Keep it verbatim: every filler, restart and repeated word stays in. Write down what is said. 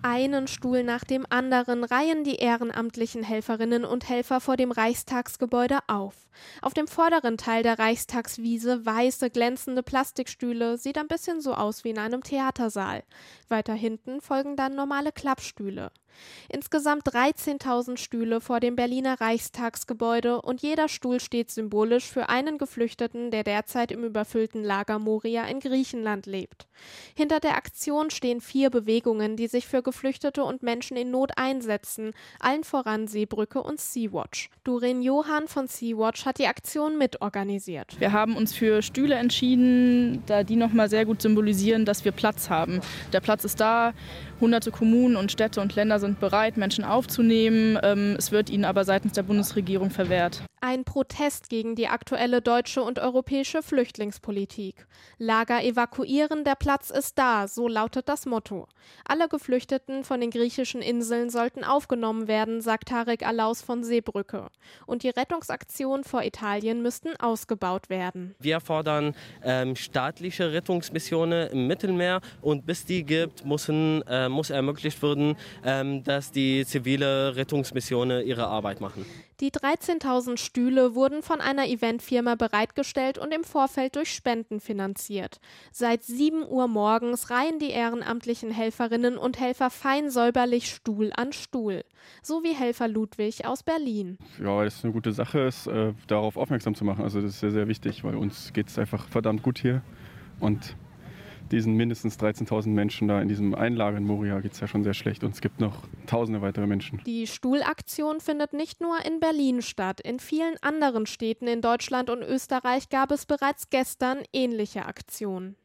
Einen Stuhl nach dem anderen reihen die ehrenamtlichen Helferinnen und Helfer vor dem Reichstagsgebäude auf. Auf dem vorderen Teil der Reichstagswiese weiße, glänzende Plastikstühle, sieht ein bisschen so aus wie in einem Theatersaal. Weiter hinten folgen dann normale Klappstühle. Insgesamt dreizehntausend Stühle vor dem Berliner Reichstagsgebäude und jeder Stuhl steht symbolisch für einen Geflüchteten, der derzeit im überfüllten Lager Moria in Griechenland lebt. Hinter der Aktion stehen vier Bewegungen, die sich für Geflüchtete und Menschen in Not einsetzen, allen voran Seebrücke und Sea-Watch. Doreen Johann von Sea-Watch hat die Aktion mitorganisiert. Wir haben uns für Stühle entschieden, da die nochmal sehr gut symbolisieren, dass wir Platz haben. Der Platz ist da, hunderte Kommunen und Städte und Länder sind bereit, Menschen aufzunehmen. Es wird ihnen aber seitens der Bundesregierung verwehrt. Ein Protest gegen die aktuelle deutsche und europäische Flüchtlingspolitik. Lager evakuieren, der Platz ist da, so lautet das Motto. Alle Geflüchteten von den griechischen Inseln sollten aufgenommen werden, sagt Tarek Alaus von Seebrücke. Und die Rettungsaktionen vor Italien müssten ausgebaut werden. Wir fordern ähm, staatliche Rettungsmissionen im Mittelmeer und bis die gibt, müssen, äh, muss ermöglicht werden, ähm, dass die zivile Rettungsmissionen ihre Arbeit machen. Die dreizehntausend Stühle wurden von einer Eventfirma bereitgestellt und im Vorfeld durch Spenden finanziert. Seit sieben Uhr morgens reihen die ehrenamtlichen Helferinnen und Helfer fein säuberlich Stuhl an Stuhl. So wie Helfer Ludwig aus Berlin. Ja, weil es eine gute Sache ist, äh, darauf aufmerksam zu machen. Also das ist sehr, sehr wichtig, weil uns geht es einfach verdammt gut hier. Und diesen mindestens dreizehntausend Menschen da in diesem Einlager in Moria geht es ja schon sehr schlecht und es gibt noch tausende weitere Menschen. Die Stuhlaktion findet nicht nur in Berlin statt. In vielen anderen Städten in Deutschland und Österreich gab es bereits gestern ähnliche Aktionen.